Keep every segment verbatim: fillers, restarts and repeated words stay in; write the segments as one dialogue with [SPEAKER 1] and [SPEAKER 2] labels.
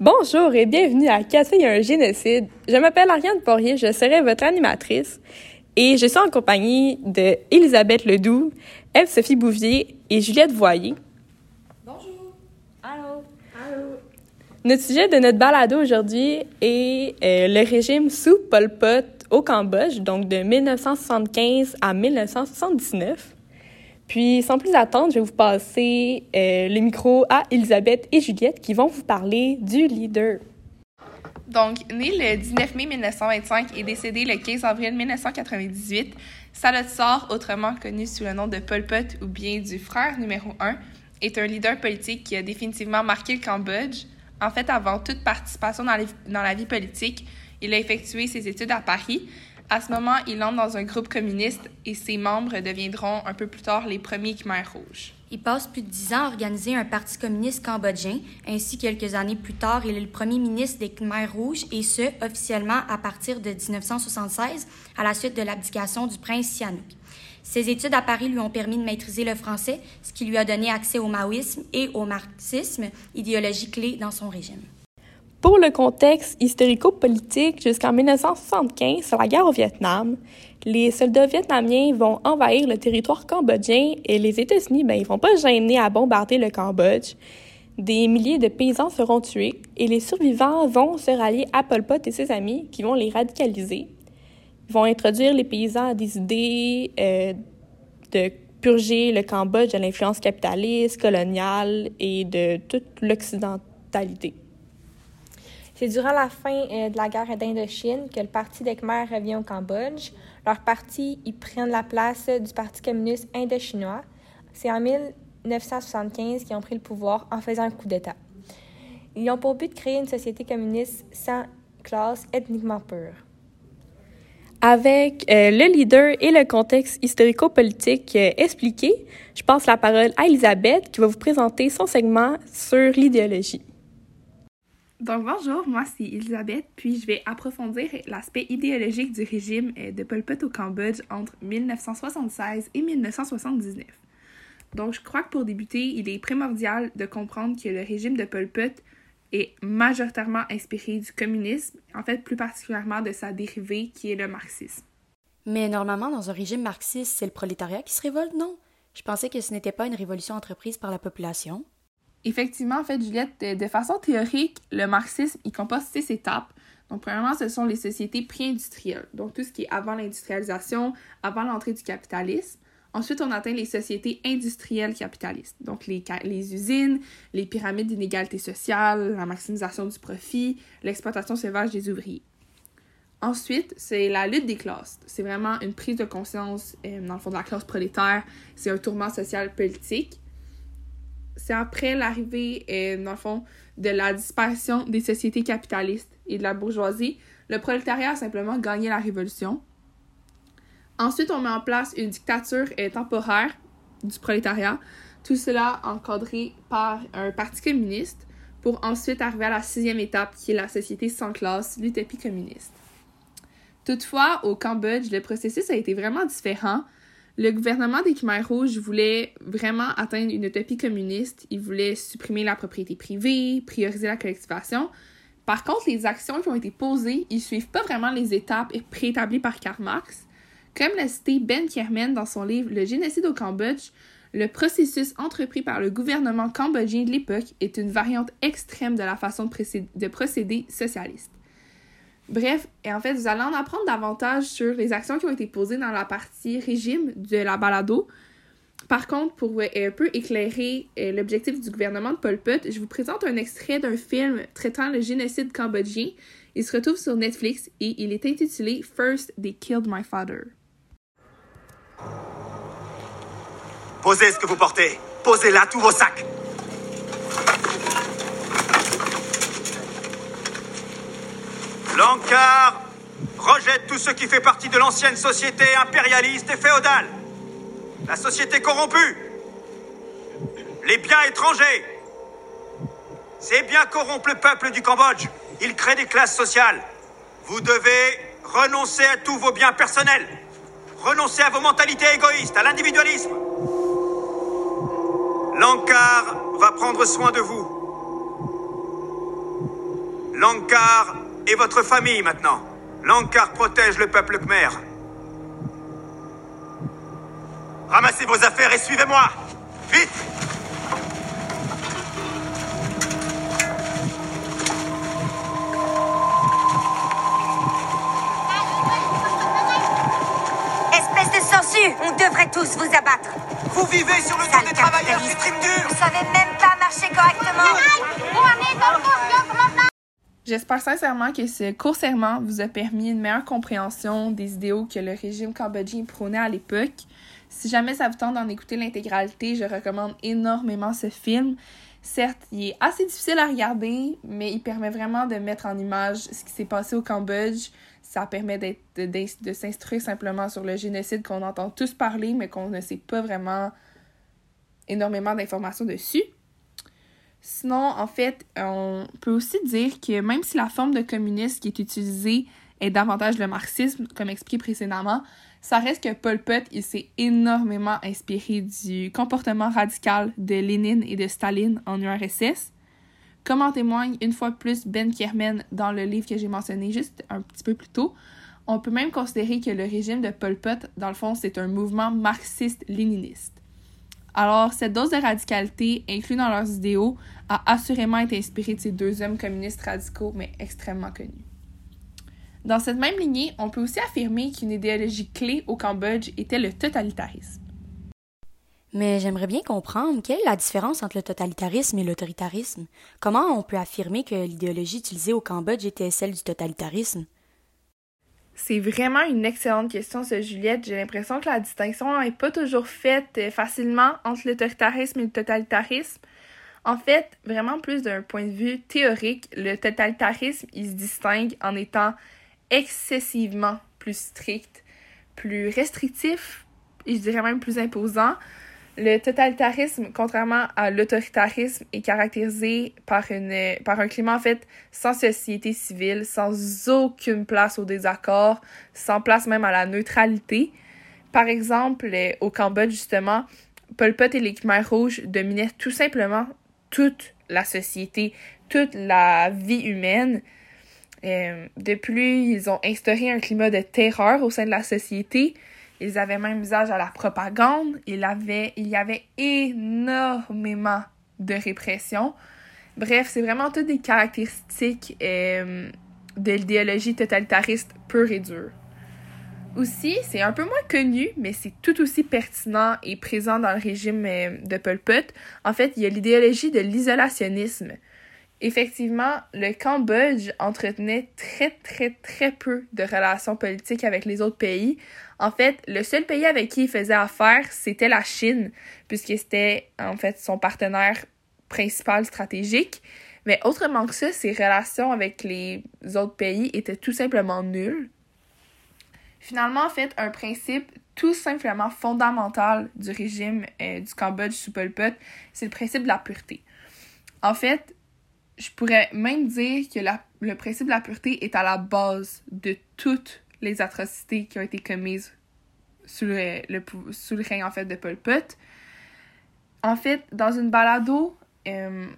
[SPEAKER 1] Bonjour et bienvenue à Café, il y a un génocide. Je m'appelle Ariane Poirier, je serai votre animatrice et je suis en compagnie de Elisabeth Ledoux, Ève-Sophie Bouvier et Juliette Voyer.
[SPEAKER 2] Bonjour. Allô. Allô.
[SPEAKER 1] Notre sujet de notre balado aujourd'hui est euh, le régime sous Pol Pot au Cambodge, donc de dix-neuf cent soixante-quinze à dix-neuf cent soixante-dix-neuf. Puis, sans plus attendre, je vais vous passer euh, le micro à Elisabeth et Juliette qui vont vous parler du leader.
[SPEAKER 3] Donc, né le dix-neuf mai mille neuf cent vingt-cinq et décédé le quinze avril mille neuf cent quatre-vingt-dix-huit, Saloth, autrement connu sous le nom de Pol Pot ou bien du frère numéro un, est un leader politique qui a définitivement marqué le Cambodge. En fait, avant toute participation dans, les, dans la vie politique, il a effectué ses études à Paris. À ce moment, il entre dans un groupe communiste et ses membres deviendront un peu plus tard les premiers Khmers rouges.
[SPEAKER 2] Il passe plus de dix ans à organiser un parti communiste cambodgien. Ainsi, quelques années plus tard, il est le premier ministre des Khmers rouges, et ce, officiellement à partir de dix-neuf cent soixante-seize, à la suite de l'abdication du prince Sihanouk. Ses études à Paris lui ont permis de maîtriser le français, ce qui lui a donné accès au maoïsme et au marxisme, idéologie clé dans son régime.
[SPEAKER 1] Pour le contexte historico-politique, jusqu'en dix-neuf cent soixante-quinze, c'est la guerre au Vietnam. Les soldats vietnamiens vont envahir le territoire cambodgien et les États-Unis, ben, ils vont pas gêner à bombarder le Cambodge. Des milliers de paysans seront tués et les survivants vont se rallier à Pol Pot et ses amis qui vont les radicaliser. Ils vont introduire les paysans à des idées euh, de purger le Cambodge de l'influence capitaliste, coloniale et de toute l'occidentalité.
[SPEAKER 4] C'est durant la fin euh, de la guerre d'Indochine que le Parti des Khmers revient au Cambodge. Leur parti, ils prennent la place du Parti communiste indochinois. C'est en mille neuf cent soixante-quinze qu'ils ont pris le pouvoir en faisant un coup d'État. Ils ont pour but de créer une société communiste sans classe ethniquement pure.
[SPEAKER 1] Avec euh, le leader et le contexte historico-politique euh, expliqué, je passe la parole à Elisabeth qui va vous présenter son segment sur l'idéologie.
[SPEAKER 3] Donc, bonjour, moi c'est Elisabeth, puis je vais approfondir l'aspect idéologique du régime de Pol Pot au Cambodge entre dix-neuf cent soixante-seize et dix-neuf cent soixante-dix-neuf. Donc, je crois que pour débuter, il est primordial de comprendre que le régime de Pol Pot est majoritairement inspiré du communisme, en fait plus particulièrement de sa dérivée qui est le marxisme.
[SPEAKER 2] Mais normalement, dans un régime marxiste, c'est le prolétariat qui se révolte, non? Je pensais que ce n'était pas une révolution entreprise par la population.
[SPEAKER 3] Effectivement, en fait, Juliette, de, de façon théorique, le marxisme, il compose six étapes. Donc, premièrement, ce sont les sociétés pré-industrielles. Donc, tout ce qui est avant l'industrialisation, avant l'entrée du capitalisme. Ensuite, on atteint les sociétés industrielles capitalistes. Donc, les, les usines, les pyramides d'inégalité sociale, la maximisation du profit, l'exploitation sauvage des ouvriers. Ensuite, c'est la lutte des classes. C'est vraiment une prise de conscience, euh, dans le fond, de la classe prolétaire. C'est un tourment social politique. C'est après l'arrivée, euh, dans le fond, de la disparition des sociétés capitalistes et de la bourgeoisie. Le prolétariat a simplement gagné la révolution. Ensuite, on met en place une dictature euh, temporaire du prolétariat. Tout cela encadré par un parti communiste pour ensuite arriver à la sixième étape qui est la société sans classe, l'utopie communiste. Toutefois, au Cambodge, le processus a été vraiment différent. Le gouvernement des Khmers rouges voulait vraiment atteindre une utopie communiste. Il voulait supprimer la propriété privée, prioriser la collectivation. Par contre, les actions qui ont été posées, ils ne suivent pas vraiment les étapes préétablies par Karl Marx. Comme l'a cité Ben Kermen dans son livre « Le génocide au Cambodge », le processus entrepris par le gouvernement cambodgien de l'époque est une variante extrême de la façon de procéder, de procéder socialiste. Bref, et en fait, vous allez en apprendre davantage sur les actions qui ont été posées dans la partie régime de la balado. Par contre, pour euh, un peu éclairer euh, l'objectif du gouvernement de Pol Pot, je vous présente un extrait d'un film traitant le génocide cambodgien. Il se retrouve sur Netflix et il est intitulé « First, They Killed My Father ».
[SPEAKER 5] Posez ce que vous portez. Posez là tous vos sacs. L'Ankar rejette tout ce qui fait partie de l'ancienne société impérialiste et féodale. La société corrompue. Les biens étrangers. Ces biens corrompent le peuple du Cambodge. Ils créent des classes sociales. Vous devez renoncer à tous vos biens personnels. Renoncer à vos mentalités égoïstes, à l'individualisme. L'Ankar va prendre soin de vous. L'Ankar est votre famille maintenant. L'Ankar protège le peuple khmer. Ramassez vos affaires et suivez-moi! Vite!
[SPEAKER 6] Espèce de sangsue, on devrait tous vous abattre.
[SPEAKER 5] Vous vivez sur le dos des travailleurs, c'est très dur!
[SPEAKER 6] Vous savez même pas marcher correctement.
[SPEAKER 3] J'espère sincèrement que ce court serment vous a permis une meilleure compréhension des idéaux que le régime cambodgien prônait à l'époque. Si jamais ça vous tente d'en écouter l'intégralité, je recommande énormément ce film. Certes, il est assez difficile à regarder, mais il permet vraiment de mettre en image ce qui s'est passé au Cambodge. Ça permet d'être, de, de, de s'instruire simplement sur le génocide qu'on entend tous parler, mais qu'on ne sait pas vraiment énormément d'informations dessus. Sinon, en fait, on peut aussi dire que même si la forme de communisme qui est utilisée est davantage le marxisme, comme expliqué précédemment, ça reste que Pol Pot, il s'est énormément inspiré du comportement radical de Lénine et de Staline en U R S S. Comme en témoigne une fois de plus Ben Kermen dans le livre que j'ai mentionné juste un petit peu plus tôt, on peut même considérer que le régime de Pol Pot, dans le fond, c'est un mouvement marxiste-léniniste. Alors, cette dose de radicalité, inclue dans leurs idéaux, a assurément été inspirée de ces deux hommes communistes radicaux, mais extrêmement connus. Dans cette même lignée, on peut aussi affirmer qu'une idéologie clé au Cambodge était le totalitarisme.
[SPEAKER 2] Mais j'aimerais bien comprendre quelle est la différence entre le totalitarisme et l'autoritarisme. Comment on peut affirmer que l'idéologie utilisée au Cambodge était celle du totalitarisme?
[SPEAKER 3] C'est vraiment une excellente question, ça, Juliette. J'ai l'impression que la distinction n'est pas toujours faite facilement entre l'autoritarisme et le totalitarisme. En fait, vraiment plus d'un point de vue théorique, le totalitarisme, il se distingue en étant excessivement plus strict, plus restrictif, et je dirais même plus imposant. Le totalitarisme, contrairement à l'autoritarisme, est caractérisé par, une, par un climat, en fait, sans société civile, sans aucune place au désaccord, sans place même à la neutralité. Par exemple, au Cambodge, justement, Pol Pot et les Khmers rouges dominaient tout simplement toute la société, toute la vie humaine. Euh, de plus, ils ont instauré un climat de terreur au sein de la société. Ils avaient même usage à la propagande. Il, avait, il y avait énormément de répression. Bref, c'est vraiment toutes des caractéristiques euh, de l'idéologie totalitariste pure et dure. Aussi, c'est un peu moins connu, mais c'est tout aussi pertinent et présent dans le régime euh, de Pol Pot. En fait, il y a l'idéologie de l'isolationnisme. Effectivement, le Cambodge entretenait très, très, très peu de relations politiques avec les autres pays. En fait, le seul pays avec qui il faisait affaire, c'était la Chine, puisque c'était, en fait, son partenaire principal stratégique. Mais autrement que ça, ses relations avec les autres pays étaient tout simplement nulles. Finalement, en fait, un principe tout simplement fondamental du régime euh, du Cambodge sous Pol Pot, c'est le principe de la pureté. En fait, je pourrais même dire que la, le principe de la pureté est à la base de toutes les atrocités qui ont été commises sous le, le, sous le règne, en fait, de Pol Pot. En fait, dans une balado, euh,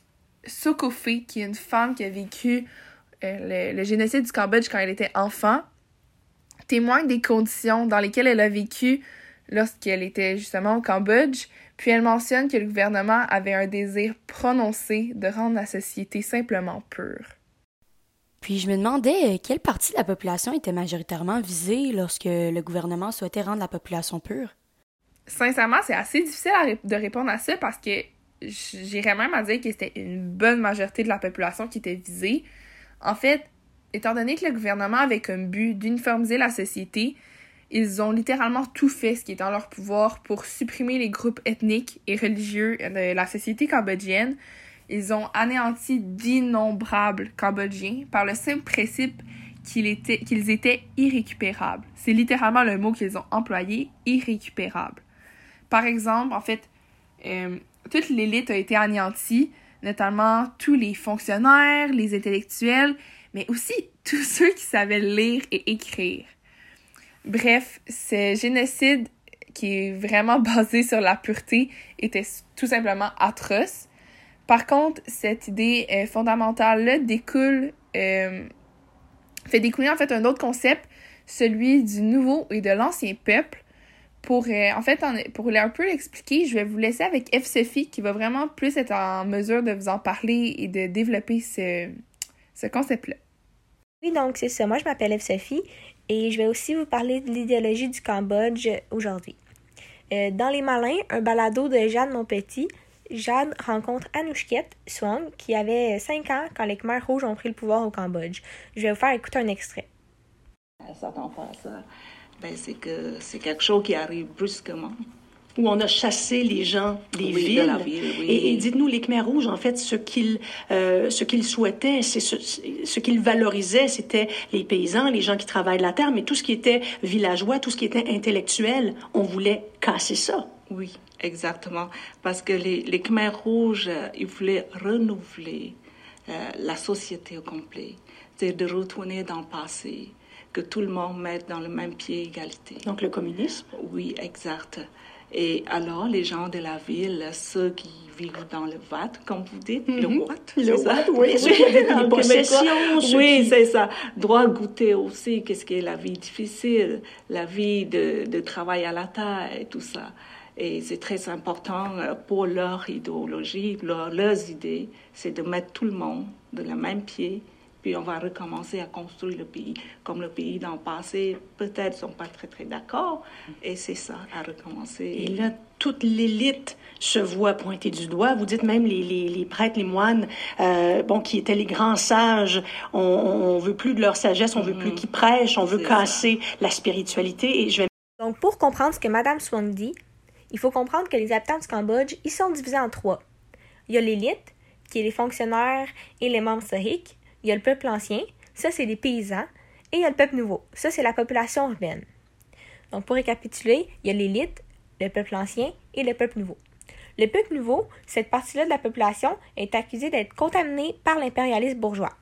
[SPEAKER 3] Sokofé, qui est une femme qui a vécu euh, le, le génocide du Cambodge quand elle était enfant, témoigne des conditions dans lesquelles elle a vécu lorsqu'elle était justement au Cambodge, puis elle mentionne que le gouvernement avait un désir prononcé de rendre la société simplement pure.
[SPEAKER 2] Puis je me demandais quelle partie de la population était majoritairement visée lorsque le gouvernement souhaitait rendre la population pure.
[SPEAKER 3] Sincèrement, c'est assez difficile à ré- de répondre à ça parce que j'irais même à dire que c'était une bonne majorité de la population qui était visée. En fait, étant donné que le gouvernement avait comme but d'uniformiser la société, ils ont littéralement tout fait ce qui est en leur pouvoir pour supprimer les groupes ethniques et religieux de la société cambodgienne. Ils ont anéanti d'innombrables Cambodgiens par le simple principe qu'ils étaient, qu'ils étaient irrécupérables. C'est littéralement le mot qu'ils ont employé, irrécupérables. Par exemple, en fait, euh, toute l'élite a été anéantie, notamment tous les fonctionnaires, les intellectuels, mais aussi tous ceux qui savaient lire et écrire. Bref, ce génocide qui est vraiment basé sur la pureté était tout simplement atroce. Par contre, cette idée euh, fondamentale-là découle, euh, fait découler en fait un autre concept, celui du nouveau et de l'ancien peuple. Pour, euh, en fait, en, pour un peu l'expliquer, je vais vous laisser avec F. Sophie qui va vraiment plus être en mesure de vous en parler et de développer ce, ce concept-là.
[SPEAKER 4] Oui, donc c'est ça. Moi, je m'appelle F. Sophie et je vais aussi vous parler de l'idéologie du Cambodge aujourd'hui. Euh, dans Les Malins, un balado de Jeanne Monpetit, Jade rencontre Anouchket Swang, qui avait cinq ans quand les Khmers rouges ont pris le pouvoir au Cambodge. Je vais vous faire écouter un extrait.
[SPEAKER 7] À s'attend pas à ça. Ben, c'est que c'est quelque chose qui arrive brusquement.
[SPEAKER 8] Où on a chassé les gens des
[SPEAKER 7] oui,
[SPEAKER 8] villes.
[SPEAKER 7] De la ville oui.
[SPEAKER 8] Et, et dites-nous, les Khmers rouges, en fait, ce qu'ils, euh, ce qu'ils souhaitaient, c'est ce, ce qu'ils valorisaient, c'était les paysans, les gens qui travaillent la terre, mais tout ce qui était villageois, tout ce qui était intellectuel, on voulait casser ça.
[SPEAKER 7] Oui, exactement. Parce que les, les Khmers rouges, euh, ils voulaient renouveler euh, la société au complet. C'est de retourner dans le passé, que tout le monde mette dans le même pied égalité.
[SPEAKER 8] Donc le communisme?
[SPEAKER 7] Oui, exact. Et alors, les gens de la ville, ceux qui vivent dans le Wat, comme vous dites, mm-hmm. le Wat,
[SPEAKER 8] le Wat, oui, ceux qui avaient des possessions.
[SPEAKER 7] Oui,
[SPEAKER 8] qui...
[SPEAKER 7] c'est ça. Droit goûter aussi qu'est-ce qu'est la vie difficile, la vie de, de travail à la terre et tout ça. Et c'est très important pour leur idéologie, leur, leurs idées, c'est de mettre tout le monde de le même pied. Puis on va recommencer à construire le pays. Comme le pays dans le passé, peut-être ne sont pas très, très d'accord. Et c'est ça, à recommencer.
[SPEAKER 8] Et là, toute l'élite se voit pointer du doigt. Vous dites même les, les, les prêtres, les moines, euh, bon, qui étaient les grands sages. On ne veut plus de leur sagesse, on ne veut mm-hmm. plus qu'ils prêchent, on veut c'est casser ça. La spiritualité. Et je vais...
[SPEAKER 4] Donc, pour comprendre ce que Mme Swang dit, il faut comprendre que les habitants du Cambodge, ils sont divisés en trois. Il y a l'élite, qui est les fonctionnaires et les membres stoïques. Il y a le peuple ancien, ça c'est les paysans, et il y a le peuple nouveau, ça c'est la population urbaine. Donc pour récapituler, il y a l'élite, le peuple ancien et le peuple nouveau. Le peuple nouveau, cette partie-là de la population, est accusée d'être contaminée par l'impérialisme bourgeois.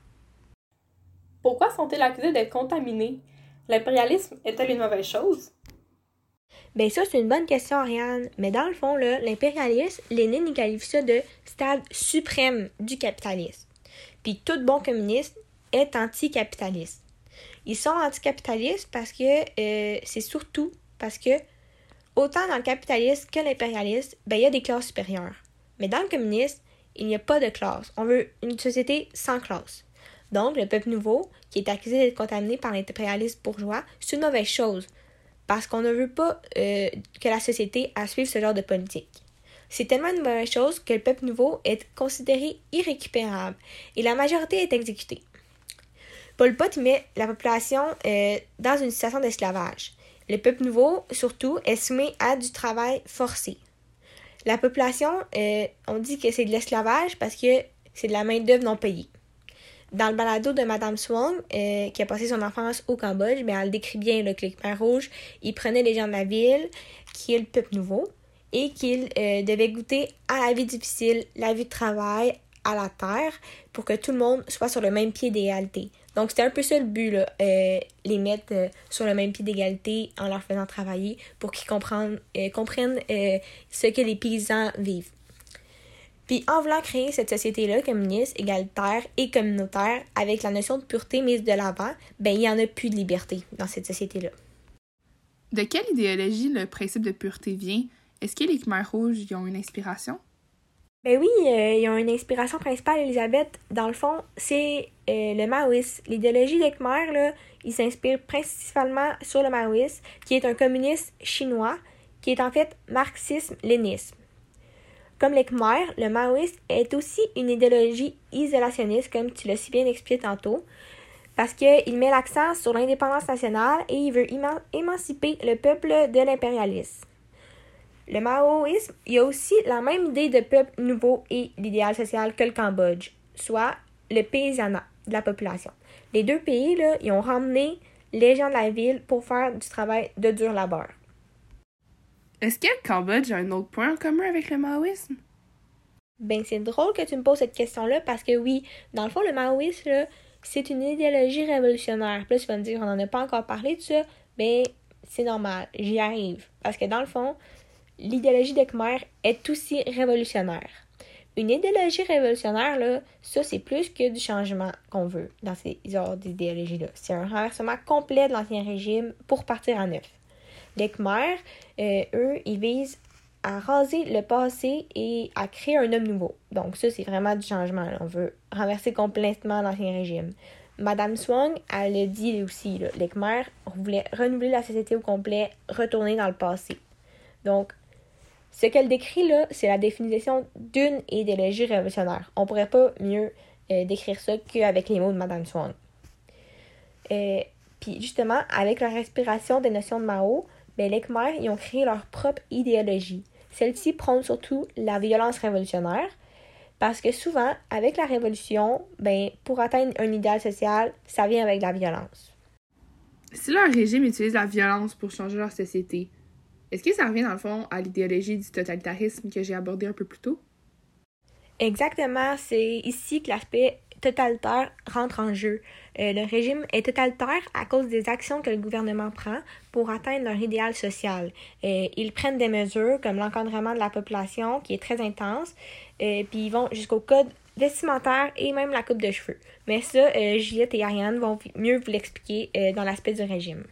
[SPEAKER 1] Pourquoi sont-ils accusés d'être contaminés? L'impérialisme est-elle une mauvaise chose?
[SPEAKER 4] Bien ça c'est une bonne question, Ariane, mais dans le fond, là, l'impérialisme, Lénine il qualifie ça de stade suprême du capitalisme. Puis tout bon communiste est anticapitaliste. Ils sont anticapitalistes parce que euh, c'est surtout parce que autant dans le capitalisme que l'impérialisme, ben il y a des classes supérieures. Mais dans le communisme, il n'y a pas de classe. On veut une société sans classe. Donc le peuple nouveau, qui est accusé d'être contaminé par l'impérialisme bourgeois, c'est une mauvaise chose. Parce qu'on ne veut pas euh, que la société à suivre ce genre de politique. C'est tellement une mauvaise chose que le peuple nouveau est considéré irrécupérable et la majorité est exécutée. Pol Pot met la population euh, dans une situation d'esclavage. Le peuple nouveau, surtout, est soumis à du travail forcé. La population, euh, on dit que c'est de l'esclavage parce que c'est de la main-d'œuvre non payée. Dans le balado de Mme Swang, euh, qui a passé son enfance au Cambodge, bien, elle décrit bien là, que les Khmers rouges, ils prenaient les gens de la ville, qui est le peuple nouveau, et qu'ils euh, devaient goûter à la vie difficile, la vie de travail, à la terre, pour que tout le monde soit sur le même pied d'égalité. Donc, c'était un peu ça le but, là, euh, les mettre euh, sur le même pied d'égalité en leur faisant travailler pour qu'ils comprennent, euh, comprennent euh, ce que les paysans vivent. Puis, en voulant créer cette société-là, communiste, égalitaire et communautaire, avec la notion de pureté mise de l'avant, ben il n'y en a plus de liberté dans cette société-là.
[SPEAKER 3] De quelle idéologie le principe de pureté vient? Est-ce que les Khmers rouges y ont une inspiration?
[SPEAKER 4] Ben oui, euh, ils ont une inspiration principale, Elisabeth. Dans le fond, c'est euh, le maoïsme. L'idéologie des Khmers, là, ils s'inspirent principalement sur le maoïsme, qui est un communisme chinois, qui est en fait marxisme-lénisme. Comme les Khmers, le maoïsme est aussi une idéologie isolationniste, comme tu l'as si bien expliqué tantôt, parce qu'il met l'accent sur l'indépendance nationale et il veut éman- émanciper le peuple de l'impérialisme. Le maoïsme, il y a aussi la même idée de peuple nouveau et l'idéal social que le Cambodge, soit le paysanat de la population. Les deux pays, là, ils ont ramené les gens de la ville pour faire du travail de dur labeur.
[SPEAKER 3] Est-ce que le Cambodge a un autre point en commun avec le maoïsme?
[SPEAKER 4] Ben, c'est drôle que tu me poses cette question-là parce que oui, dans le fond, le maoïsme, là, c'est une idéologie révolutionnaire. Puis là, tu vas me dire, on n'en a pas encore parlé de ça. Ben, c'est normal, j'y arrive. Parce que dans le fond, l'idéologie des Khmers est aussi révolutionnaire. Une idéologie révolutionnaire, là, ça, c'est plus que du changement qu'on veut dans ces genres d'idéologie-là. C'est un renversement complet de l'ancien régime pour partir à neuf. Les Khmers, euh, eux, ils visent à raser le passé et à créer un homme nouveau. Donc ça, c'est vraiment du changement, là. On veut renverser complètement l'ancien régime. Madame Swang, elle le dit aussi, là, les Khmers voulaient renouveler la société au complet, retourner dans le passé. Donc, ce qu'elle décrit là, c'est la définition d'une idéologie révolutionnaire. On pourrait pas mieux euh, décrire ça qu'avec les mots de Madame Swang. Euh, Puis justement, avec la respiration des notions de Mao, ben, les Khmers ils ont créé leur propre idéologie. Celle-ci prône surtout la violence révolutionnaire, parce que souvent, avec la révolution, ben, pour atteindre un idéal social, ça vient avec la violence.
[SPEAKER 3] Si leur régime utilise la violence pour changer leur société, est-ce que ça revient dans le fond à l'idéologie du totalitarisme que j'ai abordé un peu plus tôt?
[SPEAKER 4] Exactement, c'est ici que l'aspect totalitaire rentre en jeu. Euh, le régime est totalitaire à cause des actions que le gouvernement prend pour atteindre leur idéal social. Euh, ils prennent des mesures comme l'encadrement de la population qui est très intense, euh, puis ils vont jusqu'au code vestimentaire et même la coupe de cheveux. Mais ça, euh, Juliette et Ariane vont mieux vous l'expliquer euh, dans l'aspect du régime.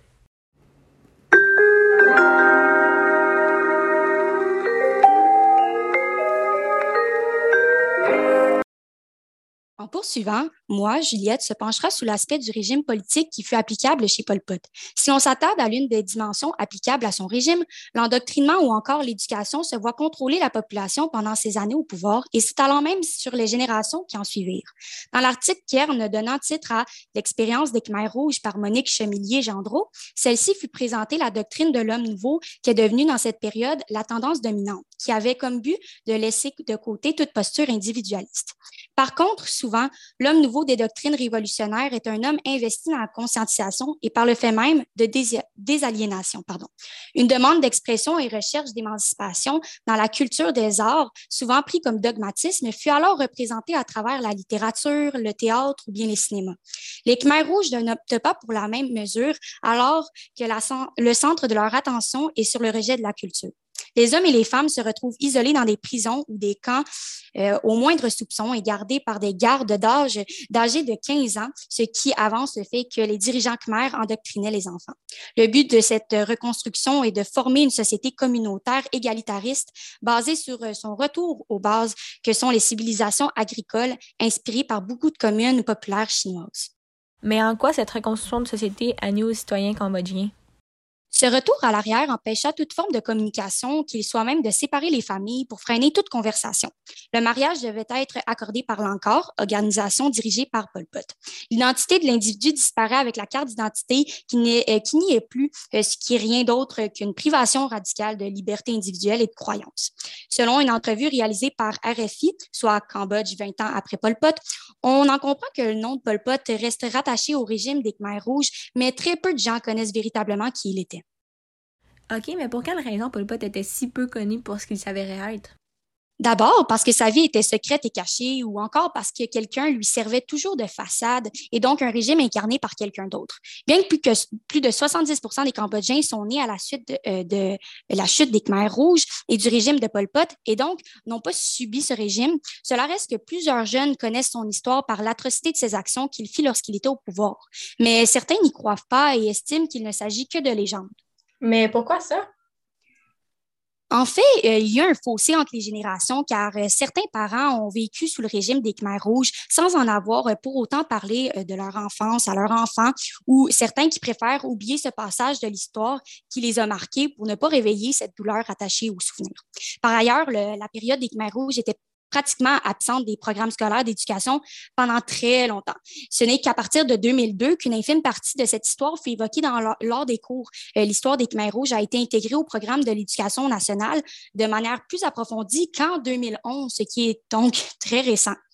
[SPEAKER 2] En poursuivant, moi, Juliette, se penchera sous l'aspect du régime politique qui fut applicable chez Pol Pot. Si on s'attarde à l'une des dimensions applicables à son régime, l'endoctrinement ou encore l'éducation se voit contrôler la population pendant ces années au pouvoir et s'étalant même sur les générations qui en suivirent. Dans l'article Kern donnant titre à L'expérience des Khmers rouges par Monique Chemillier-Gendreau, celle-ci fut présentée la doctrine de l'homme nouveau qui est devenue dans cette période la tendance dominante, qui avait comme but de laisser de côté toute posture individualiste. Par contre, souvent, l'homme nouveau des doctrines révolutionnaires est un homme investi dans la conscientisation et par le fait même de dés- désaliénation. Pardon. Une demande d'expression et recherche d'émancipation dans la culture des arts, souvent pris comme dogmatisme, fut alors représentée à travers la littérature, le théâtre ou bien les cinémas. Les Khmers rouges n'optent pas pour la même mesure, alors que la, le centre de leur attention est sur le rejet de la culture. Les hommes et les femmes se retrouvent isolés dans des prisons ou des camps euh, au moindre soupçon et gardés par des gardes d'âge d'âgés de quinze ans, ce qui avance le fait que les dirigeants khmers endoctrinaient les enfants. Le but de cette reconstruction est de former une société communautaire égalitariste basée sur son retour aux bases que sont les civilisations agricoles inspirées par beaucoup de communes populaires chinoises.
[SPEAKER 4] Mais en quoi cette reconstruction de société a nuit aux citoyens cambodgiens?
[SPEAKER 2] Ce retour à l'arrière empêcha toute forme de communication, qu'il soit même de séparer les familles pour freiner toute conversation. Le mariage devait être accordé par l'Angkor, organisation dirigée par Pol Pot. L'identité de l'individu disparaît avec la carte d'identité qui, n'est, euh, qui n'y est plus, euh, ce qui est rien d'autre qu'une privation radicale de liberté individuelle et de croyance. Selon une entrevue réalisée par R F I, soit à Cambodge vingt ans après Pol Pot, on en comprend que le nom de Pol Pot reste rattaché au régime des Khmers rouges, mais très peu de gens connaissent véritablement qui il était.
[SPEAKER 4] OK, mais pour quelle raison Pol Pot était si peu connu pour ce qu'il s'avérait être?
[SPEAKER 2] D'abord, parce que sa vie était secrète et cachée, ou encore parce que quelqu'un lui servait toujours de façade et donc un régime incarné par quelqu'un d'autre. Bien que plus, que plus de soixante-dix pour cent des Cambodgiens sont nés à la suite de, euh, de la chute des Khmers rouges et du régime de Pol Pot et donc n'ont pas subi ce régime, cela reste que plusieurs jeunes connaissent son histoire par l'atrocité de ses actions qu'il fit lorsqu'il était au pouvoir. Mais certains n'y croient pas et estiment qu'il ne s'agit que de légendes.
[SPEAKER 9] Mais pourquoi ça?
[SPEAKER 2] En fait, euh, il y a un fossé entre les générations car euh, certains parents ont vécu sous le régime des Khmers rouges sans en avoir euh, pour autant parlé euh, de leur enfance à leurs enfants ou certains qui préfèrent oublier ce passage de l'histoire qui les a marqués pour ne pas réveiller cette douleur attachée aux souvenirs. Par ailleurs, le, la période des Khmers rouges était pratiquement absente des programmes scolaires d'éducation pendant très longtemps. Ce n'est qu'à partir de deux mille deux qu'une infime partie de cette histoire fut évoquée dans, lors des cours. Euh, l'histoire des Khmers rouges a été intégrée au programme de l'éducation nationale de manière plus approfondie qu'en deux mille onze, ce qui est donc très récent.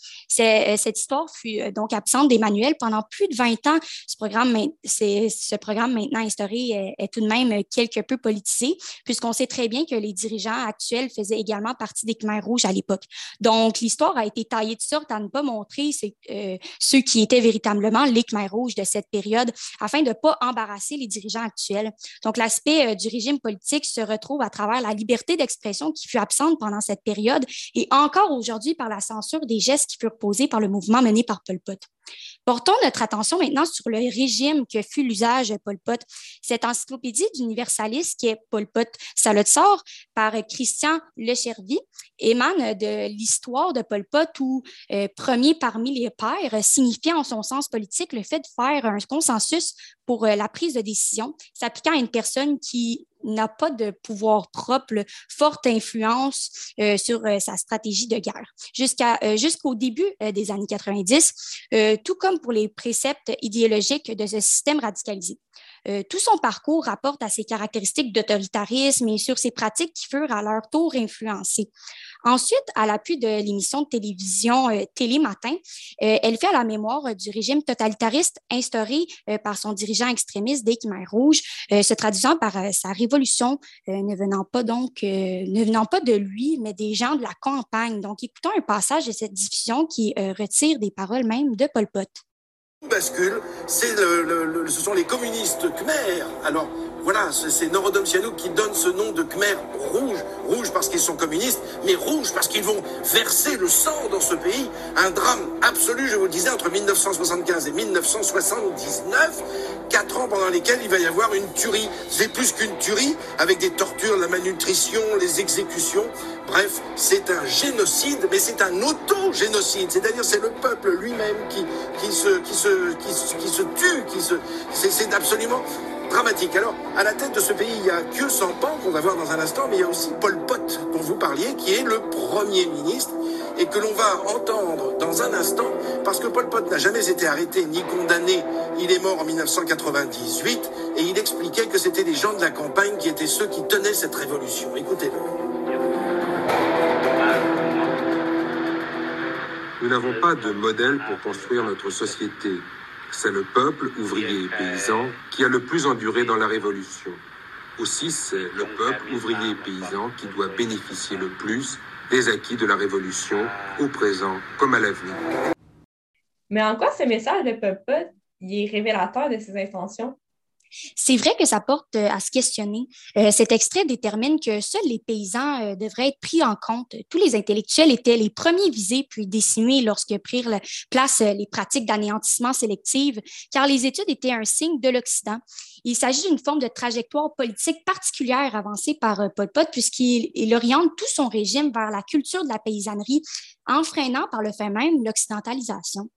[SPEAKER 2] C'est, cette histoire fut donc absente des manuels pendant plus de vingt ans. Ce programme, c'est, ce programme maintenant instauré est, est tout de même quelque peu politisé, puisqu'on sait très bien que les dirigeants actuels faisaient également partie des Khmers rouges à l'époque. Donc, l'histoire a été taillée de sorte à ne pas montrer c'est, euh, ceux qui étaient véritablement les Khmers rouges de cette période, afin de ne pas embarrasser les dirigeants actuels. Donc, l'aspect euh, du régime politique se retrouve à travers la liberté d'expression qui fut absente pendant cette période et encore aujourd'hui par la censure des gestes qui furent posés par le mouvement mené par Pol Pot. Portons notre attention maintenant sur le régime que fut l'usage de Pol Pot. Cette encyclopédie d'universalisme qui est Pol Pot, ça le sort par Christian Lechervy, émane de l'histoire de Pol Pot où euh, premier parmi les pairs signifiait en son sens politique le fait de faire un consensus pour euh, la prise de décision s'appliquant à une personne qui n'a pas de pouvoir propre, forte influence euh, sur euh, sa stratégie de guerre. Jusqu'à, euh, jusqu'au début euh, des années quatre-vingt-dix, euh, tout comme pour les préceptes idéologiques de ce système radicalisé. Euh, tout son parcours rapporte à ses caractéristiques d'autoritarisme et sur ses pratiques qui furent à leur tour influencées. Ensuite, à l'appui de l'émission de télévision euh, Télématin, euh, elle fait à la mémoire euh, du régime totalitariste instauré euh, par son dirigeant extrémiste des Khmers rouges, euh, se traduisant par euh, sa révolution, euh, ne venant pas donc euh, ne venant pas de lui, mais des gens de la campagne. Donc, écoutons un passage de cette diffusion qui euh, retire des paroles même de Pol Pot.
[SPEAKER 9] Bascule, c'est le, le, le, ce sont les communistes khmers. Alors voilà, c'est Norodom Sihanouk qui donne ce nom de Khmer rouge, rouge parce qu'ils sont communistes, mais rouge parce qu'ils vont verser le sang dans ce pays. Un drame absolu, je vous le disais, entre mille neuf cent soixante-quinze et mille neuf cent soixante-dix-neuf, quatre ans pendant lesquels il va y avoir une tuerie. C'est plus qu'une tuerie, avec des tortures, la malnutrition, les exécutions. Bref, c'est un génocide, mais c'est un auto-génocide. C'est-à-dire, c'est le peuple lui-même qui, qui, se, qui, se, qui, se, qui se tue, qui se, c'est, c'est absolument dramatique. Alors, à la tête de ce pays, il y a Khieu Samphan, qu'on va voir dans un instant, mais il y a aussi Pol Pot, dont vous parliez, qui est le Premier ministre, et que l'on va entendre dans un instant, parce que Pol Pot n'a jamais été arrêté ni condamné. Il est mort en mille neuf cent quatre-vingt-dix-huit, et il expliquait que c'était les gens de la campagne qui étaient ceux qui tenaient cette révolution. Écoutez-le.
[SPEAKER 10] Nous n'avons pas de modèle pour construire notre société. C'est le peuple, ouvrier et paysan, qui a le plus enduré dans la Révolution. Aussi, c'est le peuple, ouvrier et paysan, qui doit bénéficier le plus des acquis de la Révolution, au présent comme à l'avenir.
[SPEAKER 1] Mais en quoi ce message de Pol Pot il est révélateur de ses intentions?
[SPEAKER 2] C'est vrai que ça porte à se questionner. Euh, cet extrait détermine que seuls les paysans euh, devraient être pris en compte. Tous les intellectuels étaient les premiers visés puis décimés lorsque prirent la place euh, les pratiques d'anéantissement sélective, car les études étaient un signe de l'Occident. Il s'agit d'une forme de trajectoire politique particulière avancée par euh, Pol Pot, puisqu'il il oriente tout son régime vers la culture de la paysannerie, en freinant par le fait même l'occidentalisation.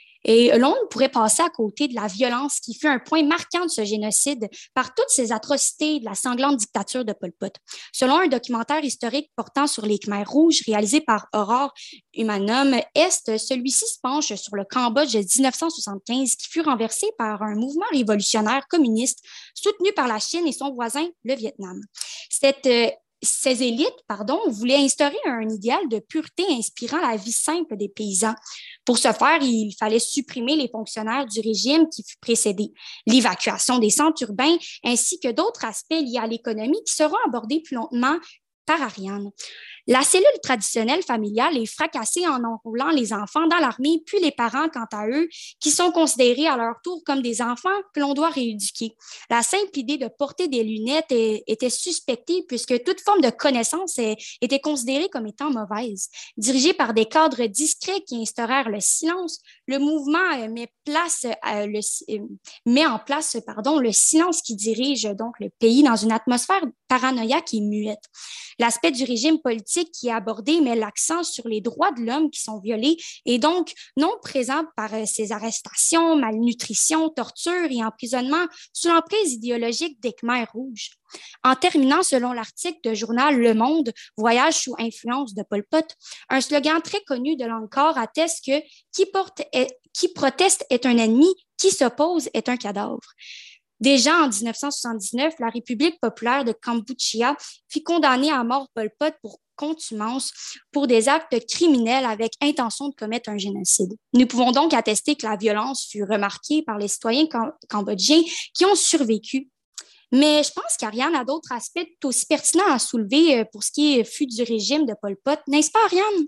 [SPEAKER 2] Et l'on pourrait passer à côté de la violence qui fut un point marquant de ce génocide par toutes ces atrocités de la sanglante dictature de Pol Pot. Selon un documentaire historique portant sur les Khmers rouges réalisé par Aurore Humanum Est, celui-ci se penche sur le Cambodge de dix-neuf cent soixante-quinze qui fut renversé par un mouvement révolutionnaire communiste soutenu par la Chine et son voisin, le Vietnam. Cette euh, Ces élites, pardon, voulaient instaurer un idéal de pureté inspirant la vie simple des paysans. Pour ce faire, il fallait supprimer les fonctionnaires du régime qui fut précédé, l'évacuation des centres urbains, ainsi que d'autres aspects liés à l'économie qui seront abordés plus longuement par Ariane. La cellule traditionnelle familiale est fracassée en enrôlant les enfants dans l'armée, puis les parents, quant à eux, qui sont considérés à leur tour comme des enfants que l'on doit rééduquer. La simple idée de porter des lunettes était suspectée puisque toute forme de connaissance était considérée comme étant mauvaise. Dirigé par des cadres discrets qui instaurèrent le silence, le mouvement met, place, le, met en place pardon, le silence qui dirige donc le pays dans une atmosphère paranoïaque et muette. L'aspect du régime politique qui est abordé met l'accent sur les droits de l'homme qui sont violés et donc non présents par ces arrestations, malnutrition, torture et emprisonnement sous l'emprise idéologique des Khmers rouges. En terminant, selon l'article de journal Le Monde, Voyage sous influence de Pol Pot, un slogan très connu de l'Angkor atteste que qui, porte est, qui proteste est un ennemi, qui s'oppose est un cadavre. Déjà en dix-neuf cent soixante-dix-neuf, la République populaire de Kampuchea fit condamner à mort Pol Pot pour contumace pour des actes criminels avec intention de commettre un génocide. Nous pouvons donc attester que la violence fut remarquée par les citoyens cam- cambodgiens qui ont survécu. Mais je pense qu'Ariane a d'autres aspects tout aussi pertinents à soulever pour ce qui fut du régime de Pol Pot, n'est-ce pas, Ariane?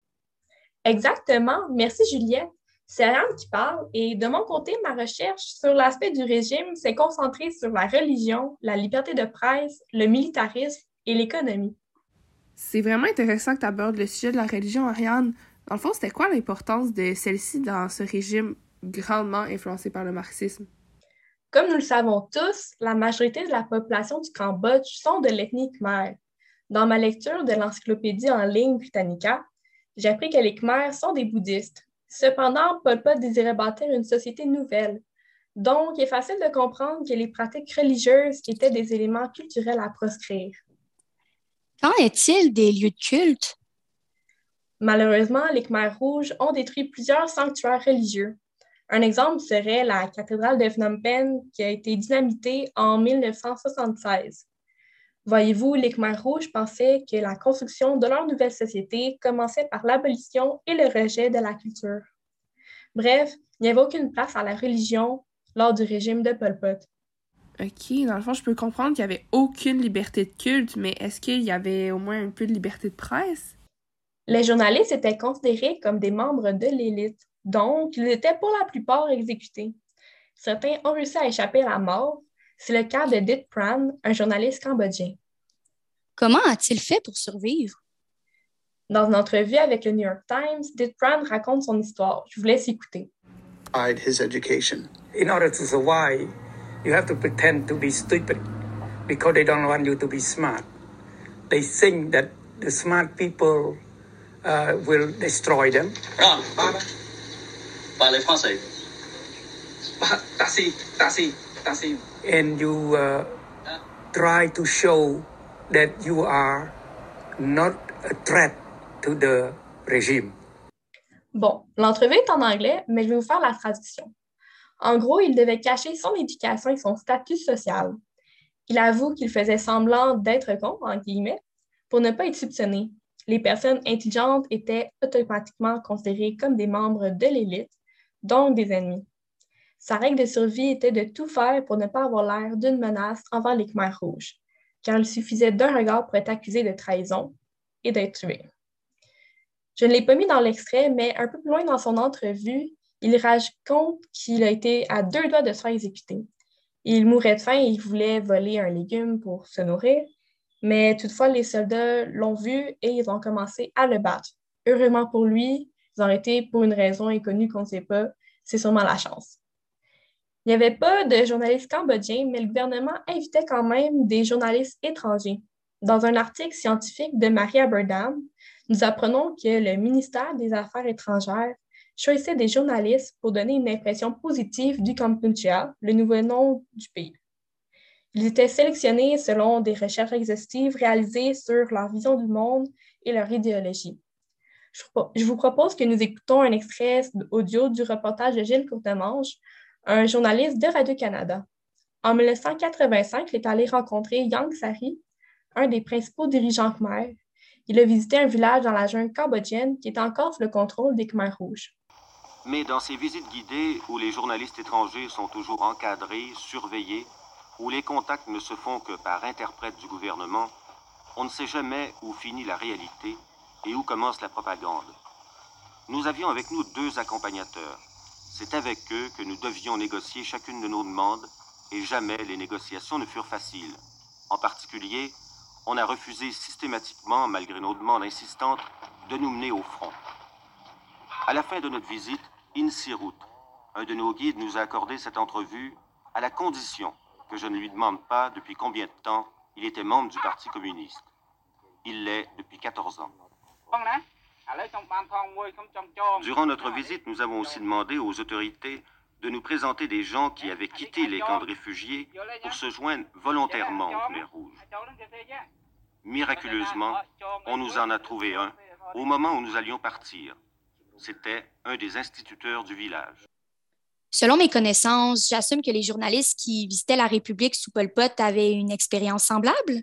[SPEAKER 1] Exactement. Merci, Juliette. C'est Ariane qui parle et de mon côté, ma recherche sur l'aspect du régime s'est concentrée sur la religion, la liberté de presse, le militarisme et l'économie.
[SPEAKER 3] C'est vraiment intéressant que tu abordes le sujet de la religion, Ariane. Dans le fond, c'était quoi l'importance de celle-ci dans ce régime grandement influencé par le marxisme?
[SPEAKER 1] Comme nous le savons tous, la majorité de la population du Cambodge sont de l'ethnie khmer. Dans ma lecture de l'encyclopédie en ligne Britannica, j'ai appris que les Khmers sont des bouddhistes. Cependant, Pol Pot désirait bâtir une société nouvelle. Donc, il est facile de comprendre que les pratiques religieuses étaient des éléments culturels à proscrire.
[SPEAKER 2] Qu'en est-il des lieux de culte?
[SPEAKER 1] Malheureusement, les Khmers rouges ont détruit plusieurs sanctuaires religieux. Un exemple serait la cathédrale de Phnom Penh qui a été dynamitée en mille neuf cent soixante-seize. Voyez-vous, les Khmers rouges pensaient que la construction de leur nouvelle société commençait par l'abolition et le rejet de la culture. Bref, il n'y avait aucune place à la religion lors du régime de Pol Pot.
[SPEAKER 3] Ok, dans le fond, je peux comprendre qu'il n'y avait aucune liberté de culte, mais est-ce qu'il y avait au moins un peu de liberté de presse?
[SPEAKER 1] Les journalistes étaient considérés comme des membres de l'élite, donc ils étaient pour la plupart exécutés. Certains ont réussi à échapper à la mort. C'est le cas de Dit Pran, un journaliste cambodgien.
[SPEAKER 2] Comment a-t-il fait pour survivre?
[SPEAKER 1] Dans une entrevue avec le New York Times, Dit Pran raconte son histoire. Je vous laisse écouter.
[SPEAKER 11] His education. In order to survive, you have to pretend to be stupid because they don't want you to be smart. They think that the smart people uh, will destroy them.
[SPEAKER 12] Ah, parlez français.
[SPEAKER 11] Taxi, taxi, taxi. And you uh, try to show that you are not a threat to the regime.
[SPEAKER 1] Bon, l'entrevue est en anglais, mais je vais vous faire la traduction. En gros, il devait cacher son éducation et son statut social. Il avoue qu'il faisait semblant d'être con, en guillemets, pour ne pas être soupçonné. Les personnes intelligentes étaient automatiquement considérées comme des membres de l'élite, donc des ennemis. Sa règle de survie était de tout faire pour ne pas avoir l'air d'une menace envers les Khmers rouges, car il suffisait d'un regard pour être accusé de trahison et d'être tué. Je ne l'ai pas mis dans l'extrait, mais un peu plus loin dans son entrevue, il raconte qu'il a été à deux doigts de se faire exécuter. Il mourait de faim et il voulait voler un légume pour se nourrir, mais toutefois, les soldats l'ont vu et ils ont commencé à le battre. Heureusement pour lui, ils ont arrêté pour une raison inconnue qu'on ne sait pas, c'est sûrement la chance. Il n'y avait pas de journalistes cambodgiens, mais le gouvernement invitait quand même des journalistes étrangers. Dans un article scientifique de Maria Burdam, nous apprenons que le ministère des Affaires étrangères choisissait des journalistes pour donner une impression positive du Kampuchea, le nouveau nom du pays. Ils étaient sélectionnés selon des recherches exhaustives réalisées sur leur vision du monde et leur idéologie. Je vous propose que nous écoutons un extrait audio du reportage de Gilles Courtemanche, un journaliste de Radio-Canada. En mille neuf cent quatre-vingt-cinq, il est allé rencontrer Yang Sari, un des principaux dirigeants khmers. Il a visité un village dans la jungle cambodgienne qui est encore sous le contrôle des Khmers rouges.
[SPEAKER 13] Mais dans ces visites guidées où les journalistes étrangers sont toujours encadrés, surveillés, où les contacts ne se font que par interprète du gouvernement, on ne sait jamais où finit la réalité et où commence la propagande. Nous avions avec nous deux accompagnateurs. C'est avec eux que nous devions négocier chacune de nos demandes et jamais les négociations ne furent faciles. En particulier, on a refusé systématiquement, malgré nos demandes insistantes, de nous mener au front. À la fin de notre visite, Insirut, un de nos guides, nous a accordé cette entrevue à la condition que je ne lui demande pas depuis combien de temps il était membre du Parti communiste. Il l'est depuis quatorze ans. Durant notre visite, nous avons aussi demandé aux autorités de nous présenter des gens qui avaient quitté les camps de réfugiés pour se joindre volontairement aux Khmers rouges. Miraculeusement, on nous en a trouvé un au moment où nous allions partir. C'était un des instituteurs du village.
[SPEAKER 2] Selon mes connaissances, j'assume que les journalistes qui visitaient la République sous Pol Pot avaient une expérience semblable?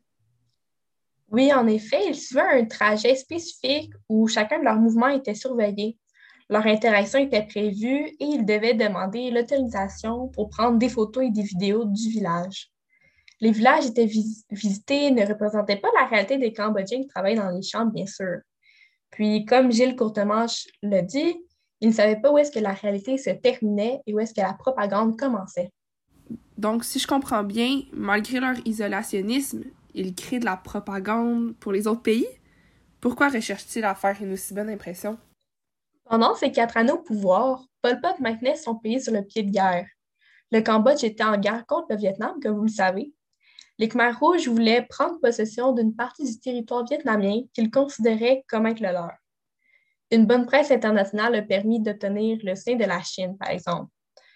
[SPEAKER 1] Oui, en effet, ils suivaient un trajet spécifique où chacun de leurs mouvements était surveillé. Leur interaction était prévue et ils devaient demander l'autorisation pour prendre des photos et des vidéos du village. Les villages étaient vis- visités ne représentaient pas la réalité des Cambodgiens qui travaillaient dans les champs, bien sûr. Puis, comme Gilles Courtemanche l'a dit, ils ne savaient pas où est-ce que la réalité se terminait et où est-ce que la propagande commençait.
[SPEAKER 3] Donc, si je comprends bien, malgré leur isolationnisme, ils créent de la propagande pour les autres pays? Pourquoi recherchent-ils à faire une aussi bonne impression?
[SPEAKER 1] Pendant ces quatre années au pouvoir, Pol Pot maintenait son pays sur le pied de guerre. Le Cambodge était en guerre contre le Vietnam, comme vous le savez. Les Khmers rouges voulaient prendre possession d'une partie du territoire vietnamien qu'ils considéraient comme être le leur. Une bonne presse internationale a permis d'obtenir le soutien de la Chine, par exemple.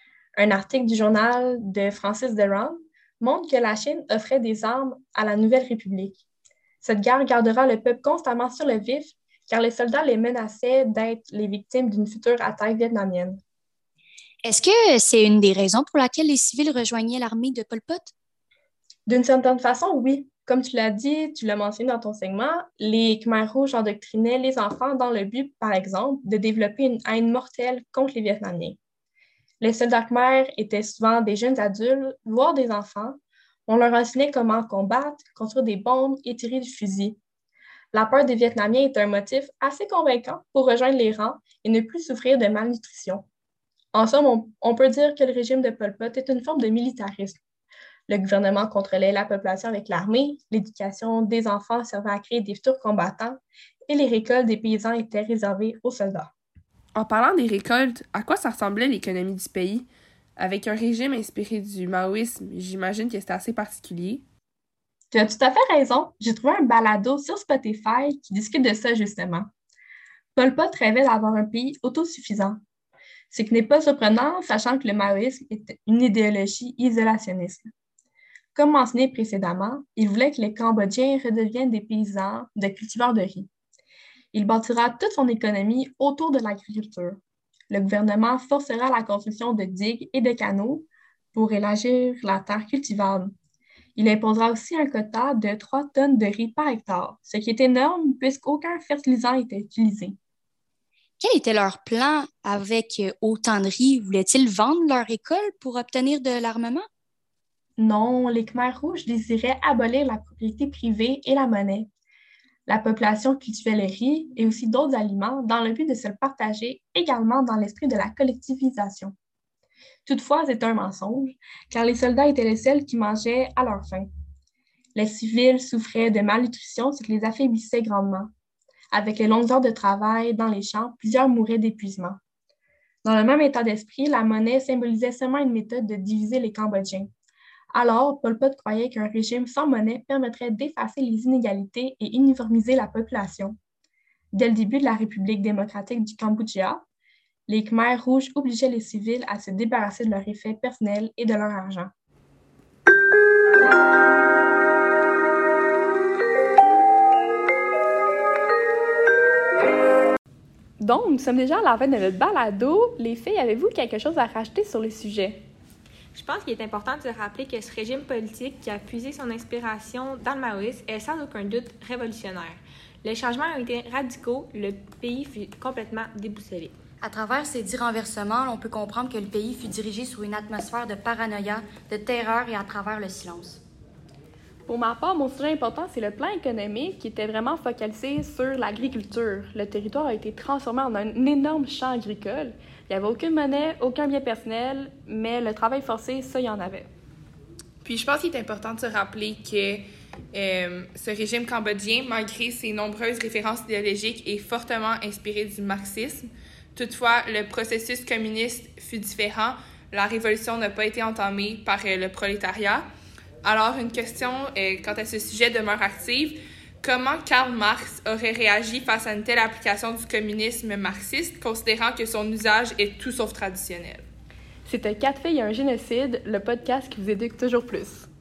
[SPEAKER 1] Un article du journal de Francis Deron montre que la Chine offrait des armes à la Nouvelle République. Cette guerre gardera le peuple constamment sur le vif, car les soldats les menaçaient d'être les victimes d'une future attaque vietnamienne.
[SPEAKER 2] Est-ce que c'est une des raisons pour laquelle les civils rejoignaient l'armée de Pol Pot?
[SPEAKER 1] D'une certaine façon, oui. Comme tu l'as dit, tu l'as mentionné dans ton segment, les Khmers rouges endoctrinaient les enfants dans le but, par exemple, de développer une haine mortelle contre les Vietnamiens. Les soldats Khmers étaient souvent des jeunes adultes, voire des enfants. On leur enseignait comment combattre, construire des bombes et tirer du fusil. La peur des Vietnamiens est un motif assez convaincant pour rejoindre les rangs et ne plus souffrir de malnutrition. En somme, on, on peut dire que le régime de Pol Pot est une forme de militarisme. Le gouvernement contrôlait la population avec l'armée, l'éducation des enfants servait à créer des futurs combattants et les récoltes des paysans étaient réservées aux soldats.
[SPEAKER 3] En parlant des récoltes, à quoi ça ressemblait l'économie du pays? Avec un régime inspiré du maoïsme, j'imagine que c'était assez particulier.
[SPEAKER 1] Tu as tout à fait raison. J'ai trouvé un balado sur Spotify qui discute de ça justement. Pol Pot rêvait d'avoir un pays autosuffisant. Ce qui n'est pas surprenant, sachant que le maoïsme est une idéologie isolationniste. Comme mentionné précédemment, il voulait que les Cambodgiens redeviennent des paysans, des cultiveurs de riz. Il bâtira toute son économie autour de l'agriculture. Le gouvernement forcera la construction de digues et de canaux pour élargir la terre cultivable. Il imposera aussi un quota de trois tonnes de riz par hectare, ce qui est énorme puisqu'aucun fertilisant était utilisé.
[SPEAKER 2] Quel était leur plan avec autant de riz? Voulaient-ils vendre leur récolte pour obtenir de l'armement?
[SPEAKER 1] Non, les Khmers rouges désiraient abolir la propriété privée et la monnaie. La population cultivait le riz et aussi d'autres aliments dans le but de se le partager également dans l'esprit de la collectivisation. Toutefois, c'est un mensonge, car les soldats étaient les seuls qui mangeaient à leur faim. Les civils souffraient de malnutrition, ce qui les affaiblissait grandement. Avec les longues heures de travail dans les champs, plusieurs mouraient d'épuisement. Dans le même état d'esprit, la monnaie symbolisait seulement une méthode de diviser les Cambodgiens. Alors, Pol Pot croyait qu'un régime sans monnaie permettrait d'effacer les inégalités et uniformiser la population. Dès le début de la République démocratique du Cambodgia, les Khmers rouges obligeaient les civils à se débarrasser de leurs effets personnels et de leur argent. Donc, nous sommes déjà à la fin de notre balado. Les filles, avez-vous quelque chose à rajouter sur le sujet?
[SPEAKER 4] Je pense qu'il est important de rappeler que ce régime politique qui a puisé son inspiration dans le maoïsme est sans aucun doute révolutionnaire. Les changements ont été radicaux, le pays fut complètement déboussolé.
[SPEAKER 2] À travers ces dix renversements, on peut comprendre que le pays fut dirigé sur une atmosphère de paranoïa, de terreur et à travers le silence.
[SPEAKER 1] Pour ma part, mon sujet important, c'est le plan économique qui était vraiment focalisé sur l'agriculture. Le territoire a été transformé en un énorme champ agricole. Il n'y avait aucune monnaie, aucun bien personnel, mais le travail forcé, ça, il y en avait.
[SPEAKER 3] Puis je pense qu'il est important de se rappeler que euh, ce régime cambodgien, malgré ses nombreuses références idéologiques, est fortement inspiré du marxisme. Toutefois, le processus communiste fut différent. La révolution n'a pas été entamée par euh, le prolétariat. Alors, une question euh, quant à ce sujet demeure active. Comment Karl Marx aurait réagi face à une telle application du communisme marxiste, considérant que son usage est tout sauf traditionnel?
[SPEAKER 1] C'était Quatre filles et un génocide, le podcast qui vous éduque toujours plus.